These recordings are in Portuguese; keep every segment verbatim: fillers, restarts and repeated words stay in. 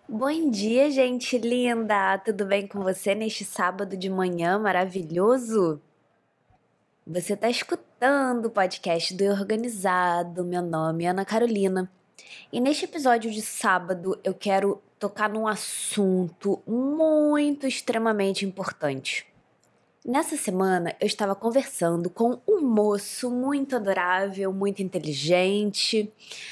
Bom dia, gente linda! Tudo bem com você neste sábado de manhã maravilhoso? Você está escutando o podcast do Organizado. Meu nome é Ana Carolina. E neste episódio de sábado eu quero tocar num assunto muito extremamente importante. Nessa semana eu estava conversando com um moço muito adorável, muito inteligente,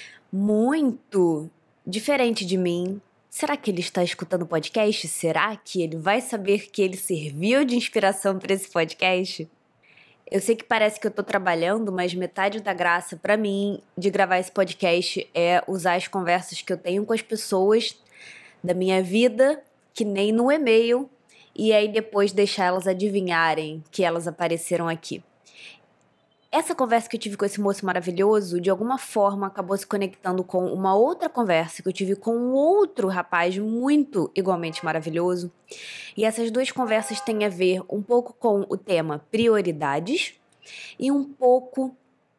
muito diferente de mim. Será que ele está escutando o podcast? Será que ele vai saber que ele serviu de inspiração para esse podcast? Eu sei que parece que eu tô trabalhando, mas metade da graça para mim de gravar esse podcast é usar as conversas que eu tenho com as pessoas da minha vida, que nem no e-mail, e aí depois deixar elas adivinharem que elas apareceram aqui. Essa conversa que eu tive com esse moço maravilhoso, de alguma forma acabou se conectando com uma outra conversa que eu tive com um outro rapaz muito igualmente maravilhoso. E essas duas conversas têm a ver um pouco com o tema prioridades e um pouco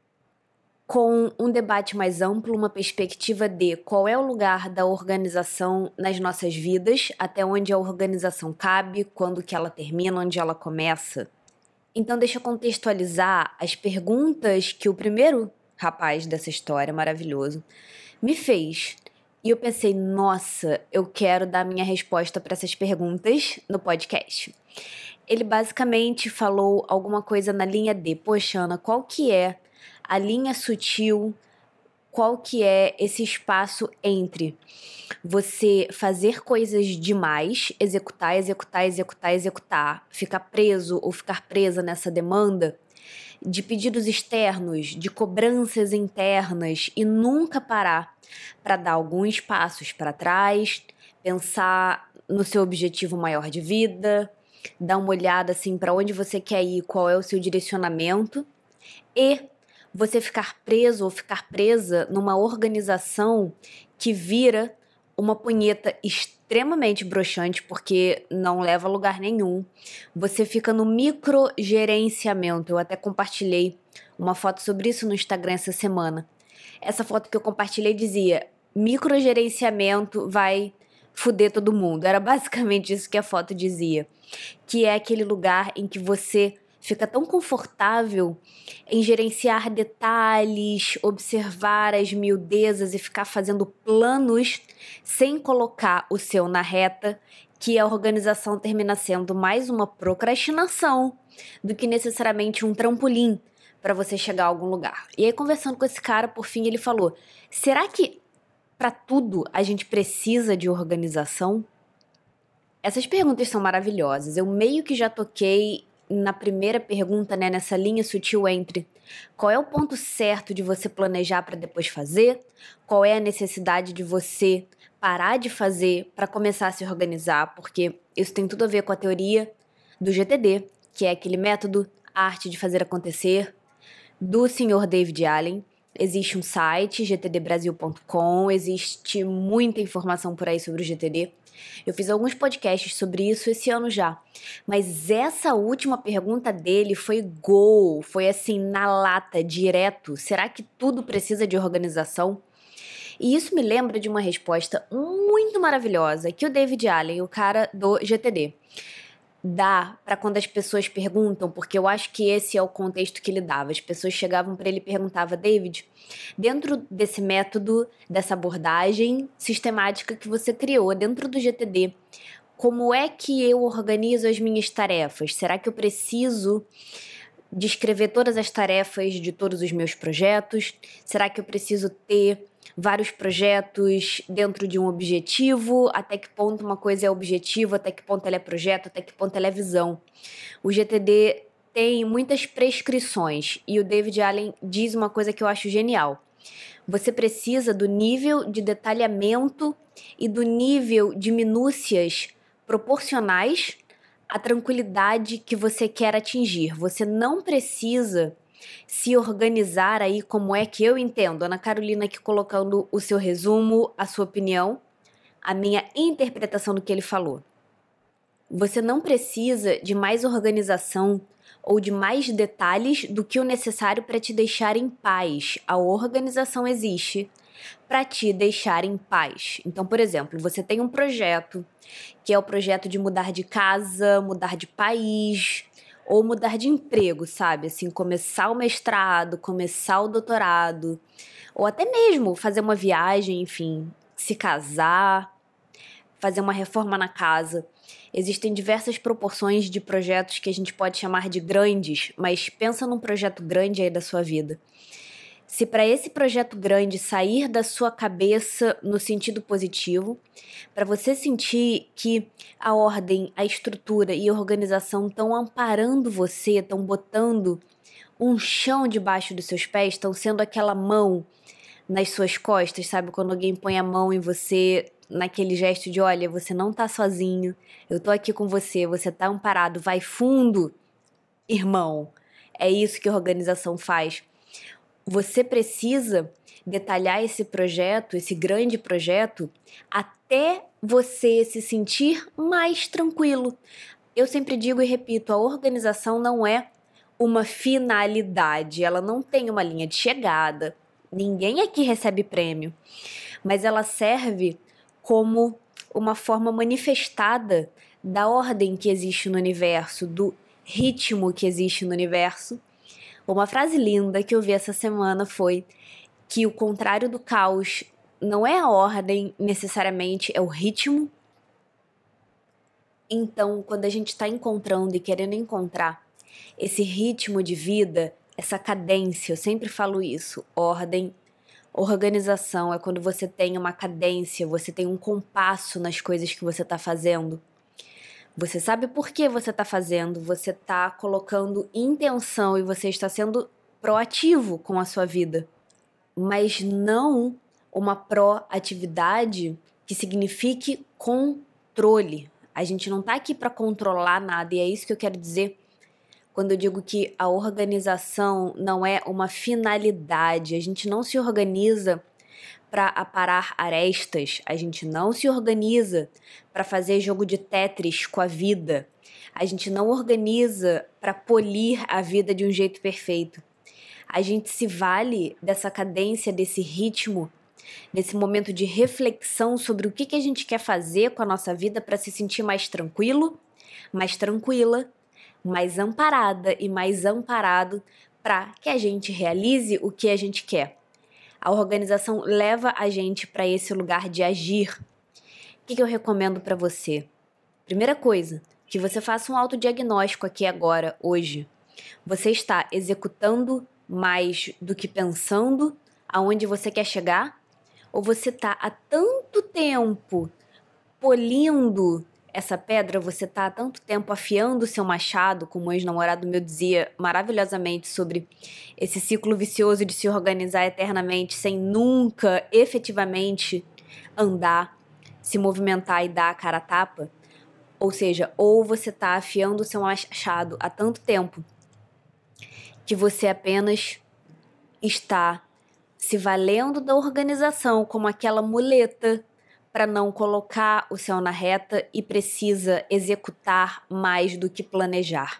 com um debate mais amplo, uma perspectiva de qual é o lugar da organização nas nossas vidas, até onde a organização cabe, quando que ela termina, onde ela começa. Então deixa eu contextualizar as perguntas que o primeiro rapaz dessa história maravilhoso me fez. E eu pensei, nossa, eu quero dar minha resposta para essas perguntas no podcast. Ele basicamente falou alguma coisa na linha de, poxa, Ana, qual que é a linha sutil, qual que é esse espaço entre você fazer coisas demais, executar, executar, executar, executar, ficar preso ou ficar presa nessa demanda de pedidos externos, de cobranças internas e nunca parar para dar alguns passos para trás, pensar no seu objetivo maior de vida, dar uma olhada assim para onde você quer ir, qual é o seu direcionamento e você ficar preso ou ficar presa numa organização que vira uma punheta extremamente broxante, porque não leva a lugar nenhum. Você fica no microgerenciamento. Eu até compartilhei uma foto sobre isso no Instagram essa semana. Essa foto que eu compartilhei dizia: microgerenciamento vai fuder todo mundo. Era basicamente isso que a foto dizia. Que é aquele lugar em que você fica tão confortável em gerenciar detalhes, observar as miudezas e ficar fazendo planos sem colocar o seu na reta, que a organização termina sendo mais uma procrastinação do que necessariamente um trampolim para você chegar a algum lugar. E aí, conversando com esse cara, por fim, ele falou: será que para tudo a gente precisa de organização? Essas perguntas são maravilhosas. Eu meio que já toquei na primeira pergunta, né, nessa linha sutil entre qual é o ponto certo de você planejar para depois fazer, qual é a necessidade de você parar de fazer para começar a se organizar, porque isso tem tudo a ver com a teoria do G T D, que é aquele método Arte de Fazer Acontecer, do senhor David Allen. Existe um site, g t d brasil ponto com, existe muita informação por aí sobre o G T D. Eu fiz alguns podcasts sobre isso esse ano já, mas essa última pergunta dele foi gol, foi assim, na lata, direto. Será que tudo precisa de organização? E isso me lembra de uma resposta muito maravilhosa que o David Allen, o cara do G T D, dá para quando as pessoas perguntam, porque eu acho que esse é o contexto que ele dava. As pessoas chegavam para ele e perguntavam: David, dentro desse método, dessa abordagem sistemática que você criou dentro do G T D, como é que eu organizo as minhas tarefas? Será que eu preciso descrever todas as tarefas de todos os meus projetos? Será que eu preciso ter vários projetos dentro de um objetivo? Até que ponto uma coisa é objetivo? Até que ponto ela é projeto? Até que ponto ela é visão? O G T D tem muitas prescrições e o David Allen diz uma coisa que eu acho genial. Você precisa do nível de detalhamento e do nível de minúcias proporcionais à tranquilidade que você quer atingir. Você não precisa se organizar aí como é que eu entendo. Ana Carolina aqui colocando o seu resumo, a sua opinião, a minha interpretação do que ele falou. Você não precisa de mais organização ou de mais detalhes do que o necessário para te deixar em paz. A organização existe, para te deixar em paz. Então, por exemplo, você tem um projeto, que é o projeto de mudar de casa, mudar de país, ou mudar de emprego, sabe? Assim, começar o mestrado, começar o doutorado, ou até mesmo fazer uma viagem, enfim, se casar, fazer uma reforma na casa. Existem diversas proporções de projetos que a gente pode chamar de grandes, mas pensa num projeto grande aí da sua vida. Se para esse projeto grande sair da sua cabeça no sentido positivo, para você sentir que a ordem, a estrutura e a organização estão amparando você, estão botando um chão debaixo dos seus pés, estão sendo aquela mão nas suas costas, sabe? Quando alguém põe a mão em você naquele gesto de, olha, você não tá sozinho, eu tô aqui com você, você tá amparado, vai fundo, irmão. É isso que a organização faz. Você precisa detalhar esse projeto, esse grande projeto, até você se sentir mais tranquilo. Eu sempre digo e repito, a organização não é uma finalidade, ela não tem uma linha de chegada, ninguém aqui recebe prêmio, mas ela serve como uma forma manifestada da ordem que existe no universo, do ritmo que existe no universo. Uma frase linda que eu vi essa semana foi que o contrário do caos não é a ordem necessariamente, é o ritmo. Então, quando a gente está encontrando e querendo encontrar esse ritmo de vida, essa cadência, eu sempre falo isso, ordem, organização é quando você tem uma cadência, você tem um compasso nas coisas que você está fazendo. Você sabe por que você está fazendo, você está colocando intenção e você está sendo proativo com a sua vida. Mas não uma proatividade que signifique controle. A gente não está aqui para controlar nada e é isso que eu quero dizer quando eu digo que a organização não é uma finalidade. A gente não se organiza para aparar arestas, a gente não se organiza para fazer jogo de Tetris com a vida, a gente não organiza para polir a vida de um jeito perfeito. A gente se vale dessa cadência, desse ritmo, desse momento de reflexão sobre o que, que a gente quer fazer com a nossa vida para se sentir mais tranquilo, mais tranquila, mais amparada e mais amparado para que a gente realize o que a gente quer. A organização leva a gente para esse lugar de agir. O que, que eu recomendo para você? Primeira coisa, que você faça um autodiagnóstico aqui agora, hoje. Você está executando mais do que pensando aonde você quer chegar? Ou você está há tanto tempo polindo essa pedra, você está há tanto tempo afiando o seu machado, como o ex-namorado meu dizia maravilhosamente sobre esse ciclo vicioso de se organizar eternamente sem nunca efetivamente andar, se movimentar e dar a cara a tapa? Ou seja, ou você está afiando o seu machado há tanto tempo que você apenas está se valendo da organização como aquela muleta para não colocar o céu na reta e precisa executar mais do que planejar.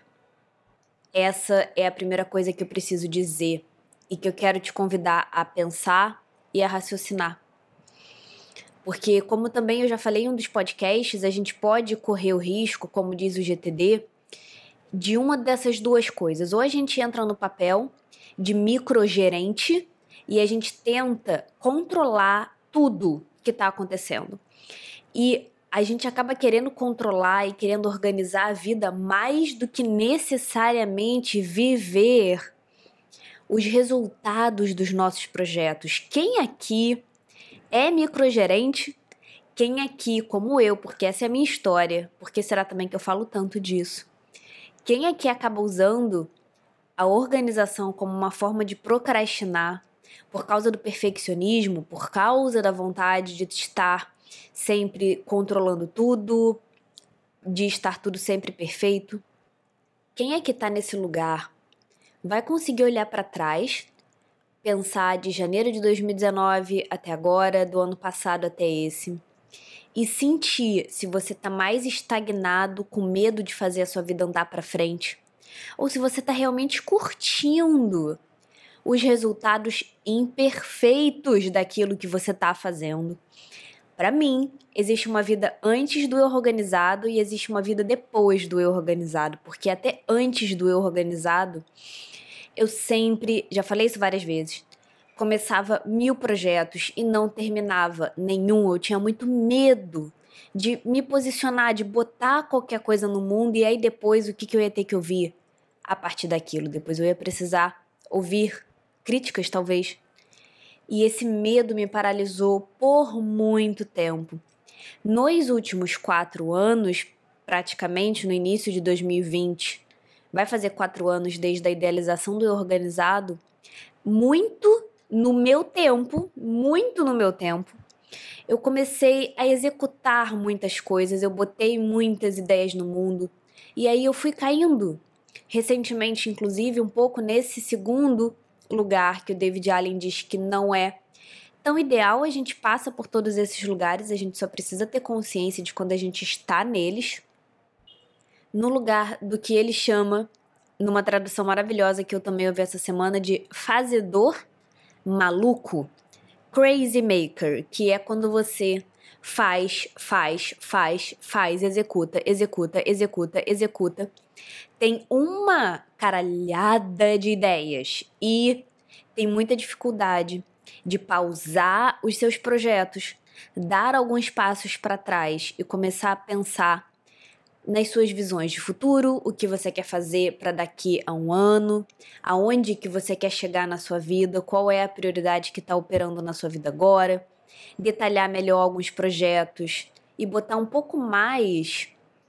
Essa é a primeira coisa que eu preciso dizer e que eu quero te convidar a pensar e a raciocinar. Porque, como também eu já falei em um dos podcasts, a gente pode correr o risco, como diz o G T D, de uma dessas duas coisas. Ou a gente entra no papel de microgerente e a gente tenta controlar tudo que está acontecendo. E a gente acaba querendo controlar e querendo organizar a vida mais do que necessariamente viver os resultados dos nossos projetos. Quem aqui é microgerente? Quem aqui, como eu, porque essa é a minha história, porque será também que eu falo tanto disso? Quem aqui acaba usando a organização como uma forma de procrastinar por causa do perfeccionismo, por causa da vontade de estar sempre controlando tudo, de estar tudo sempre perfeito? Quem é que está nesse lugar vai conseguir olhar para trás, pensar de janeiro de dois mil e dezenove até agora, do ano passado até esse, e sentir se você está mais estagnado, com medo de fazer a sua vida andar para frente, ou se você está realmente curtindo os resultados imperfeitos daquilo que você está fazendo. Para mim, existe uma vida antes do eu organizado e existe uma vida depois do eu organizado, porque até antes do eu organizado, eu sempre, já falei isso várias vezes, começava mil projetos e não terminava nenhum. Eu tinha muito medo de me posicionar, de botar qualquer coisa no mundo e aí depois o que, que eu ia ter que ouvir a partir daquilo. Depois eu ia precisar ouvir críticas, talvez. E esse medo me paralisou por muito tempo. Nos últimos quatro anos, praticamente no início de dois mil e vinte, vai fazer quatro anos desde a idealização do Eu Organizado, muito no meu tempo, muito no meu tempo, eu comecei a executar muitas coisas, eu botei muitas ideias no mundo, e aí eu fui caindo. Recentemente, inclusive, um pouco nesse segundo lugar que o David Allen diz que não é tão ideal. A gente passa por todos esses lugares, a gente só precisa ter consciência de quando a gente está neles, no lugar do que ele chama, numa tradução maravilhosa que eu também ouvi essa semana, de fazedor maluco, crazy maker, que é quando você faz, faz, faz, faz, executa, executa, executa, executa, tem uma caralhada de ideias e tem muita dificuldade de pausar os seus projetos, dar alguns passos para trás e começar a pensar nas suas visões de futuro, o que você quer fazer para daqui a um ano, aonde que você quer chegar na sua vida, qual é a prioridade que está operando na sua vida agora, detalhar melhor alguns projetos e botar um pouco mais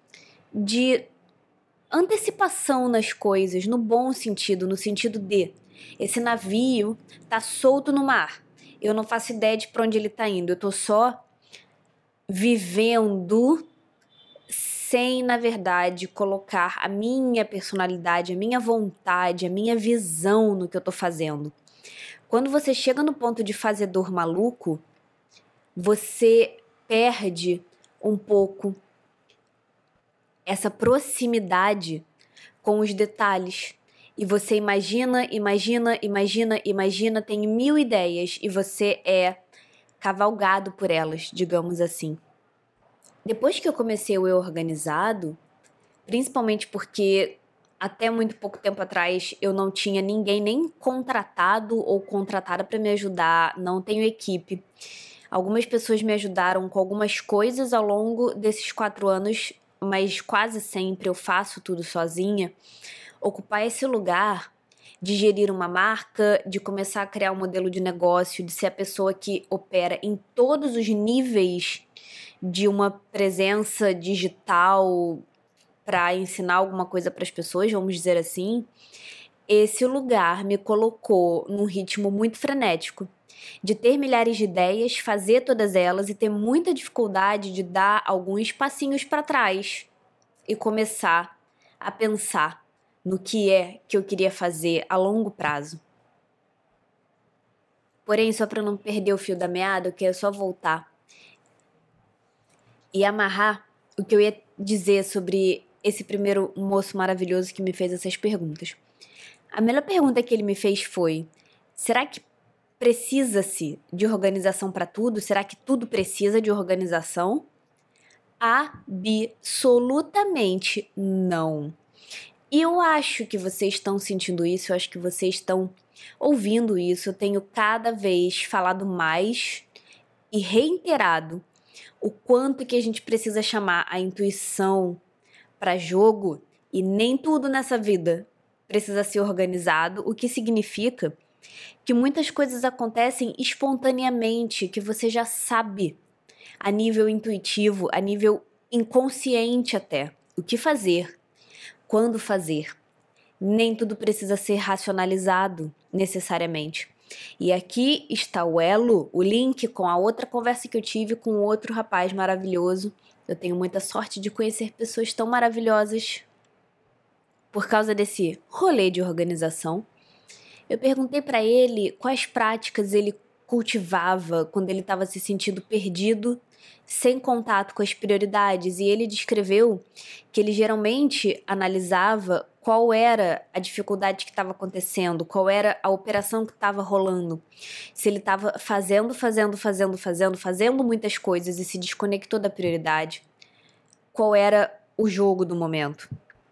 de antecipação nas coisas, no bom sentido, no sentido de esse navio tá solto no mar, eu não faço ideia de para onde ele tá indo, eu tô só vivendo sem, na verdade, colocar a minha personalidade, a minha vontade, a minha visão no que eu tô fazendo. Quando você chega no ponto de fazedor maluco, você perde um pouco essa proximidade com os detalhes. E você imagina, imagina, imagina, imagina, tem mil ideias e você é cavalgado por elas, digamos assim. Depois que eu comecei o Eu Organizado, principalmente porque até muito pouco tempo atrás eu não tinha ninguém nem contratado ou contratada para me ajudar, não tenho equipe. Algumas pessoas me ajudaram com algumas coisas ao longo desses quatro anos, mas quase sempre eu faço tudo sozinha. Ocupar esse lugar de gerir uma marca, de começar a criar um modelo de negócio, de ser a pessoa que opera em todos os níveis de uma presença digital para ensinar alguma coisa para as pessoas, vamos dizer assim, esse lugar me colocou num ritmo muito frenético, de ter milhares de ideias, fazer todas elas e ter muita dificuldade de dar alguns passinhos para trás e começar a pensar no que é que eu queria fazer a longo prazo. Porém, só para não perder o fio da meada, eu quero só voltar e amarrar o que eu ia dizer sobre esse primeiro moço maravilhoso que me fez essas perguntas. A melhor pergunta que ele me fez foi: será que precisa-se de organização para tudo? Será que tudo precisa de organização? Absolutamente não. E eu acho que vocês estão sentindo isso, eu acho que vocês estão ouvindo isso. Eu tenho cada vez falado mais e reiterado o quanto que a gente precisa chamar a intuição para jogo e nem tudo nessa vida precisa ser organizado, o que significa que muitas coisas acontecem espontaneamente, que você já sabe a nível intuitivo, a nível inconsciente até, o que fazer, quando fazer. Nem tudo precisa ser racionalizado necessariamente. E aqui está o elo, o link com a outra conversa que eu tive com outro rapaz maravilhoso. Eu tenho muita sorte de conhecer pessoas tão maravilhosas por causa desse rolê de organização. Eu perguntei para ele quais práticas ele cultivava quando ele estava se sentindo perdido, sem contato com as prioridades. E ele descreveu que ele geralmente analisava qual era a dificuldade que estava acontecendo, qual era a operação que estava rolando. Se ele estava fazendo, fazendo, fazendo, fazendo, fazendo muitas coisas e se desconectou da prioridade. Qual era o jogo do momento.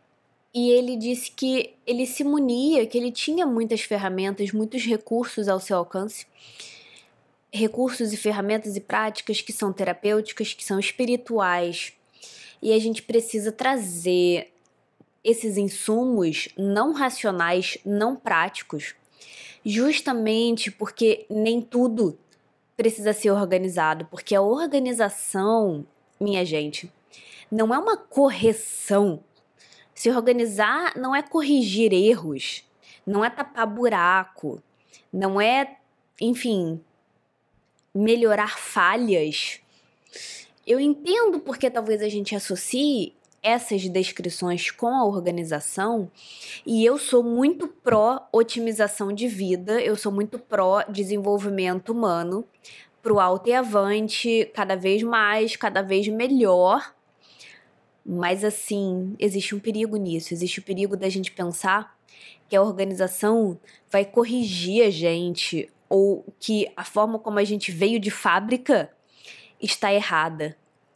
E ele disse que ele se munia, que ele tinha muitas ferramentas, muitos recursos ao seu alcance, recursos e ferramentas e práticas que são terapêuticas, que são espirituais. E a gente precisa trazer esses insumos não racionais, não práticos, justamente porque nem tudo precisa ser organizado, porque a organização, minha gente, não é uma correção. Se organizar não é corrigir erros, não é tapar buraco, não é, enfim, melhorar falhas. Eu entendo porque talvez a gente associe essas descrições com a organização, e eu sou muito pró-otimização de vida, eu sou muito pró-desenvolvimento humano, pro alto e avante, cada vez mais, cada vez melhor. Mas assim, existe um perigo nisso, existe o perigo da gente pensar que a organização vai corrigir a gente, ou que a forma como a gente veio de fábrica está errada.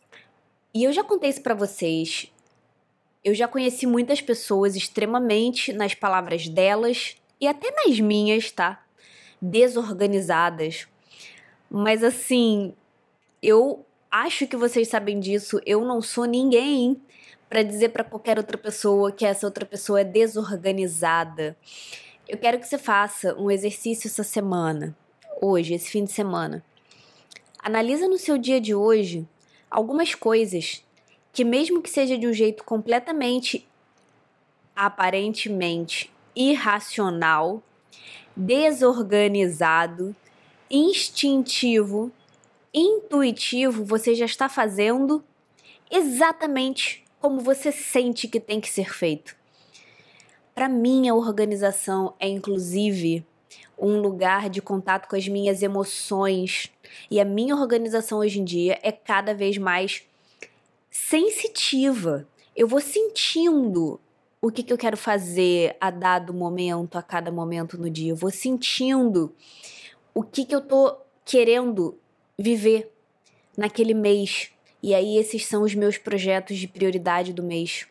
E eu já contei isso pra vocês. Eu já conheci muitas pessoas extremamente, nas palavras delas, e até nas minhas, tá? Desorganizadas. Mas assim, eu acho que vocês sabem disso, eu não sou ninguém para dizer para qualquer outra pessoa que essa outra pessoa é desorganizada. Eu quero que você faça um exercício essa semana, hoje, esse fim de semana. Analisa no seu dia de hoje algumas coisas que, mesmo que seja de um jeito completamente, aparentemente irracional, desorganizado, instintivo, intuitivo, você já está fazendo exatamente como você sente que tem que ser feito. Para mim, a organização é, inclusive, um lugar de contato com as minhas emoções. E a minha organização hoje em dia é cada vez mais sensitiva. Eu vou sentindo o que, que eu quero fazer a dado momento, a cada momento no dia. Eu vou sentindo o que, que eu tô querendo viver naquele mês. E aí esses são os meus projetos de prioridade do mês.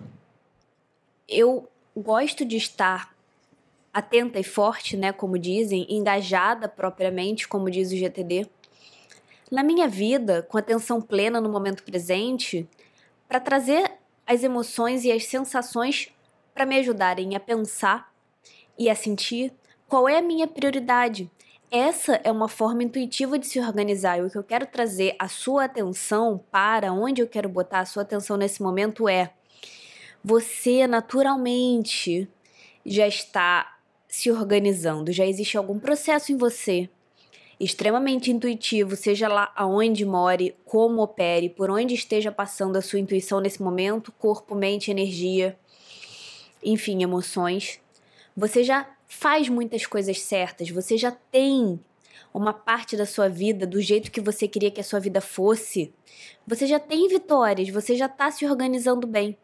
Eu gosto de estar atenta e forte, né, como dizem, engajada propriamente, como diz o G T D, na minha vida, com atenção plena no momento presente, para trazer as emoções e as sensações para me ajudarem a pensar e a sentir qual é a minha prioridade. Essa é uma forma intuitiva de se organizar, e o que eu quero trazer a sua atenção para, onde eu quero botar a sua atenção nesse momento é: você naturalmente já está se organizando, já existe algum processo em você extremamente intuitivo, seja lá aonde more, como opere, por onde esteja passando a sua intuição nesse momento, corpo, mente, energia, enfim, emoções. Você já faz muitas coisas certas, você já tem uma parte da sua vida do jeito que você queria que a sua vida fosse. Você já tem vitórias, você já está se organizando bem.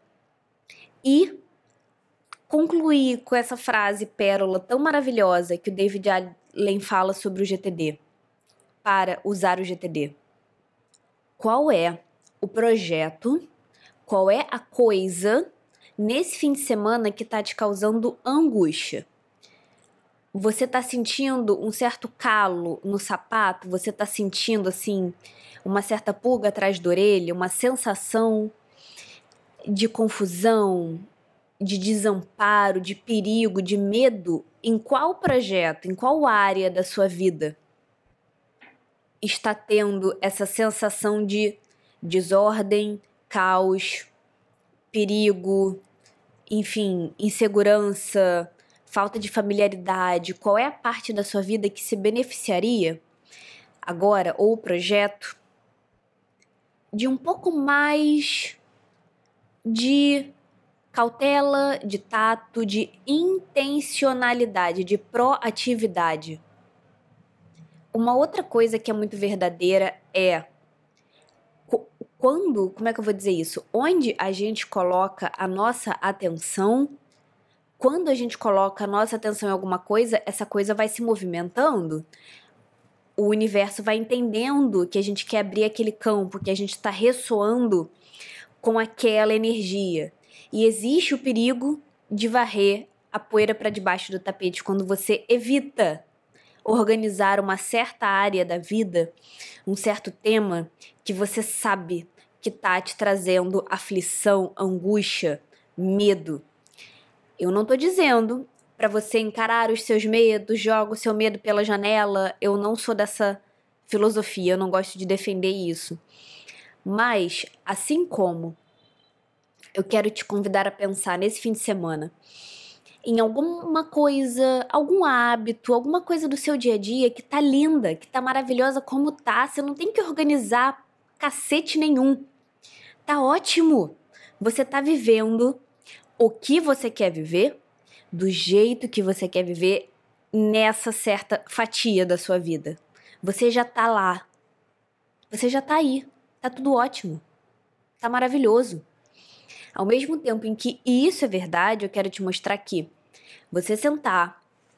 E concluir com essa frase pérola tão maravilhosa que o David Allen fala sobre o G T D, para usar o G T D. Qual é o projeto, qual é a coisa nesse fim de semana que está te causando angústia? Você está sentindo um certo calo no sapato? Você está sentindo, assim, uma certa pulga atrás da orelha? Uma sensação de confusão, de desamparo, de perigo, de medo? Em qual projeto, em qual área da sua vida está tendo essa sensação de desordem, caos, perigo, enfim, insegurança, falta de familiaridade? Qual é a parte da sua vida que se beneficiaria agora, ou o projeto, de um pouco mais de cautela, de tato, de intencionalidade, de proatividade? Uma outra coisa que é muito verdadeira é quando, como é que eu vou dizer isso? Onde a gente coloca a nossa atenção, quando a gente coloca a nossa atenção em alguma coisa, essa coisa vai se movimentando. O universo vai entendendo que a gente quer abrir aquele campo, que a gente está ressoando com aquela energia. E existe o perigo de varrer a poeira para debaixo do tapete quando você evita organizar uma certa área da vida, um certo tema que você sabe que tá te trazendo aflição, angústia, medo. Eu não tô dizendo para você encarar os seus medos, joga o seu medo pela janela. Eu não sou dessa filosofia, eu não gosto de defender isso. Mas, assim como eu quero te convidar a pensar nesse fim de semana em alguma coisa, algum hábito, alguma coisa do seu dia a dia que tá linda, que tá maravilhosa como tá. Você não tem que organizar cacete nenhum. Tá ótimo. Você tá vivendo o que você quer viver, do jeito que você quer viver, nessa certa fatia da sua vida. Você já tá lá. Você já tá aí. Tá tudo ótimo. Tá maravilhoso. Ao mesmo tempo em que isso é verdade, eu quero te mostrar que você sentar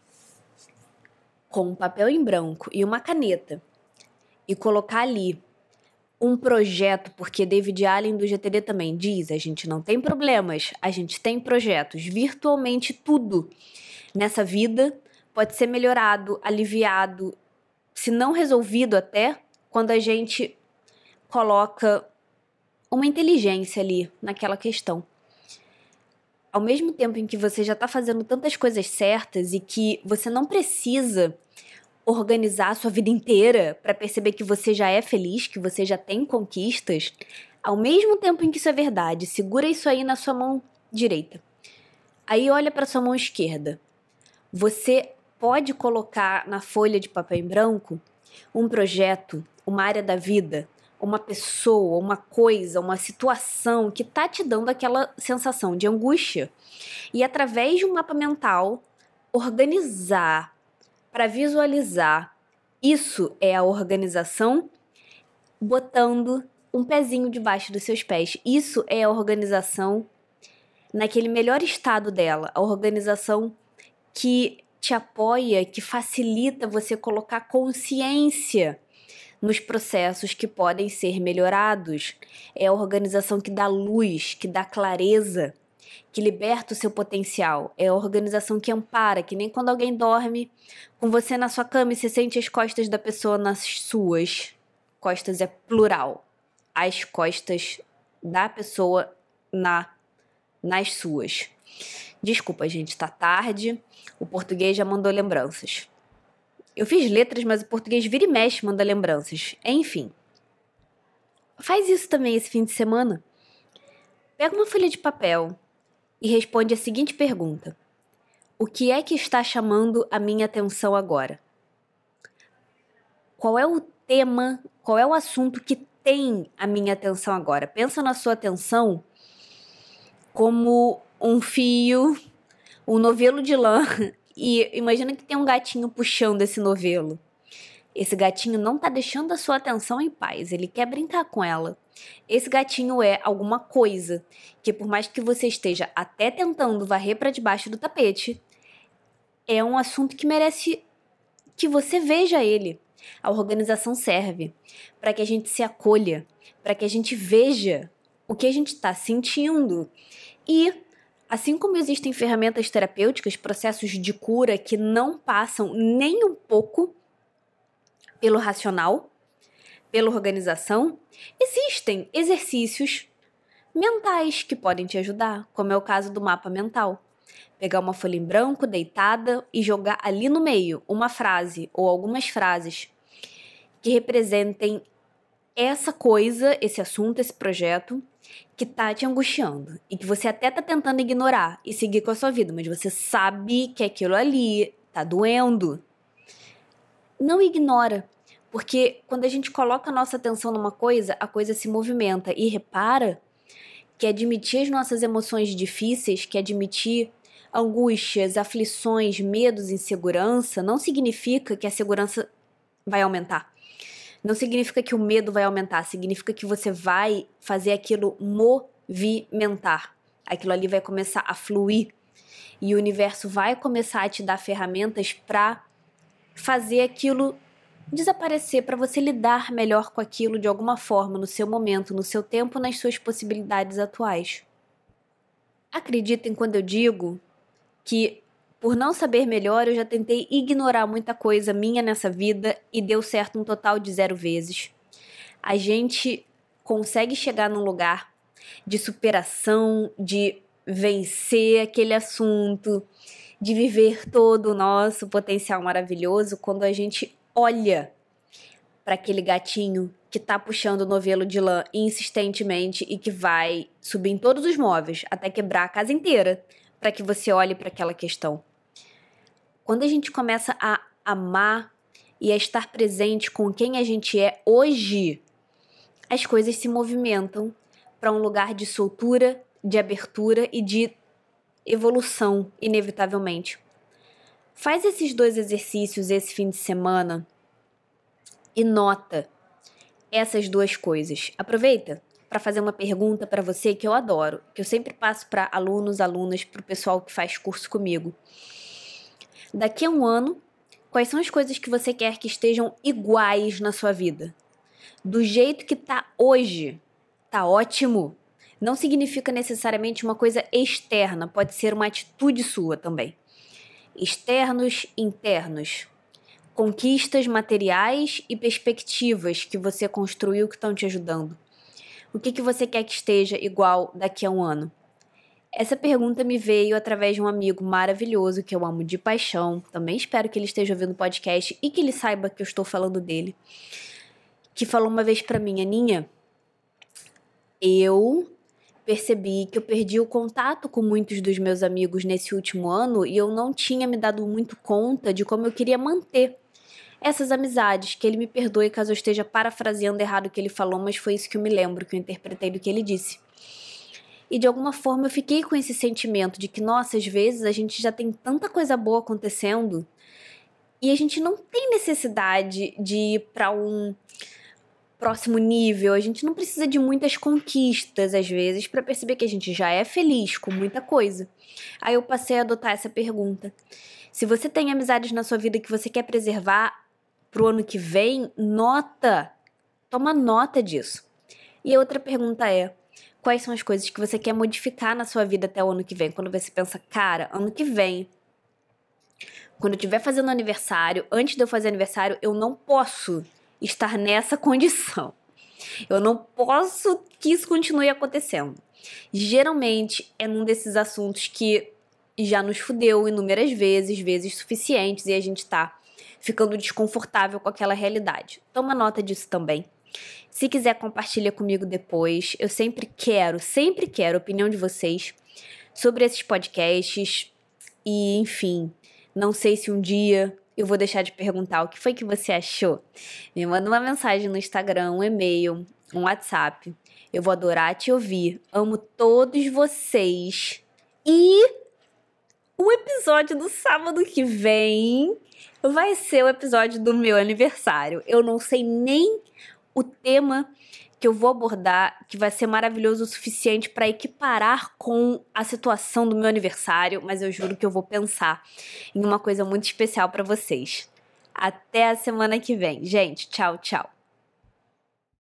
com um papel em branco e uma caneta e colocar ali um projeto, porque David Allen do G T D também diz, a gente não tem problemas, a gente tem projetos. Virtualmente tudo nessa vida pode ser melhorado, aliviado, se não resolvido até, quando a gente coloca uma inteligência ali naquela questão. Ao mesmo tempo em que você já está fazendo tantas coisas certas e que você não precisa organizar a sua vida inteira para perceber que você já é feliz, que você já tem conquistas, ao mesmo tempo em que isso é verdade, segura isso aí na sua mão direita. Aí olha para sua mão esquerda. Você pode colocar na folha de papel em branco um projeto, uma área da vida, uma pessoa, uma coisa, uma situação que tá te dando aquela sensação de angústia. E através de um mapa mental, organizar para visualizar. Isso é a organização botando um pezinho debaixo dos seus pés. Isso é a organização naquele melhor estado dela. A organização que te apoia, que facilita você colocar consciência nos processos que podem ser melhorados. É a organização que dá luz, que dá clareza, que liberta o seu potencial. É a organização que ampara, que nem quando alguém dorme com você na sua cama e você sente as costas da pessoa nas suas. Costas é plural. As costas da pessoa na, nas suas. Desculpa, gente, tá tarde. O português já mandou lembranças. Eu fiz letras, mas o português vira e mexe manda lembranças. Enfim. Faz isso também esse fim de semana. Pega uma folha de papel e responde a seguinte pergunta: o que é que está chamando a minha atenção agora? Qual é o tema, qual é o assunto que tem a minha atenção agora? Pensa na sua atenção como um fio, um novelo de lã, e imagina que tem um gatinho puxando esse novelo. Esse gatinho não tá deixando a sua atenção em paz, ele quer brincar com ela. Esse gatinho é alguma coisa que, por mais que você esteja até tentando varrer para debaixo do tapete, é um assunto que merece que você veja ele. A organização serve para que a gente se acolha, para que a gente veja o que a gente está sentindo. E, assim como existem ferramentas terapêuticas, processos de cura que não passam nem um pouco pelo racional, pela organização, existem exercícios mentais que podem te ajudar, como é o caso do mapa mental. Pegar uma folha em branco, deitada, e jogar ali no meio uma frase ou algumas frases que representem essa coisa, esse assunto, esse projeto que tá te angustiando e que você até tá tentando ignorar e seguir com a sua vida, mas você sabe que aquilo ali tá doendo. Não ignora. Porque quando a gente coloca a nossa atenção numa coisa, a coisa se movimenta. E repara que admitir as nossas emoções difíceis, que admitir angústias, aflições, medos, insegurança, não significa que a segurança vai aumentar. Não significa que o medo vai aumentar, significa que você vai fazer aquilo movimentar. Aquilo ali vai começar a fluir e o universo vai começar a te dar ferramentas para fazer aquilo desaparecer, para você lidar melhor com aquilo de alguma forma, no seu momento, no seu tempo, nas suas possibilidades atuais. Acreditem quando eu digo que, por não saber melhor, eu já tentei ignorar muita coisa minha nessa vida e deu certo um total de zero vezes. A gente consegue chegar num lugar de superação, de vencer aquele assunto, de viver todo o nosso potencial maravilhoso quando a gente olha para aquele gatinho que tá puxando o novelo de lã insistentemente e que vai subir em todos os móveis até quebrar a casa inteira para que você olhe para aquela questão. Quando a gente começa a amar e a estar presente com quem a gente é hoje, as coisas se movimentam para um lugar de soltura, de abertura e de evolução, inevitavelmente. Faz esses dois exercícios esse fim de semana e nota essas duas coisas. Aproveita para fazer uma pergunta para você que eu adoro, que eu sempre passo para alunos, alunas, para o pessoal que faz curso comigo. Daqui a um ano, quais são as coisas que você quer que estejam iguais na sua vida? Do jeito que tá hoje, tá ótimo. Não significa necessariamente uma coisa externa, pode ser uma atitude sua também. Externos, internos. Conquistas materiais e perspectivas que você construiu que estão te ajudando. O que, que você quer que esteja igual daqui a um ano? Essa pergunta me veio através de um amigo maravilhoso que eu amo de paixão. Também espero que ele esteja ouvindo o podcast e que ele saiba que eu estou falando dele. Que falou uma vez pra mim, Aninha, eu percebi que eu perdi o contato com muitos dos meus amigos nesse último ano e eu não tinha me dado muito conta de como eu queria manter essas amizades, que ele me perdoe caso eu esteja parafraseando errado o que ele falou, mas foi isso que eu me lembro, que eu interpretei do que ele disse. E de alguma forma eu fiquei com esse sentimento de que, nossa, às vezes a gente já tem tanta coisa boa acontecendo e a gente não tem necessidade de ir para um próximo nível, a gente não precisa de muitas conquistas às vezes para perceber que a gente já é feliz com muita coisa. Aí eu passei a adotar essa pergunta. Se você tem amizades na sua vida que você quer preservar pro ano que vem, nota, toma nota disso. E a outra pergunta é, quais são as coisas que você quer modificar na sua vida até o ano que vem? Quando você pensa, cara, ano que vem, quando eu estiver fazendo aniversário, antes de eu fazer aniversário, eu não posso estar nessa condição. Eu não posso que isso continue acontecendo. Geralmente é num desses assuntos que já nos fudeu inúmeras vezes, vezes suficientes, e a gente tá ficando desconfortável com aquela realidade. Toma nota disso também. Se quiser, compartilha comigo depois. Eu sempre quero, sempre quero a opinião de vocês sobre esses podcasts. E, enfim, não sei se um dia eu vou deixar de perguntar o que foi que você achou. Me manda uma mensagem no Instagram, um e-mail, um WhatsApp. Eu vou adorar te ouvir. Amo todos vocês. E o episódio do sábado que vem vai ser o episódio do meu aniversário. Eu não sei nem o tema que eu vou abordar, que vai ser maravilhoso o suficiente para equiparar com a situação do meu aniversário, mas eu juro que eu vou pensar em uma coisa muito especial para vocês. Até a semana que vem. Gente, tchau, tchau.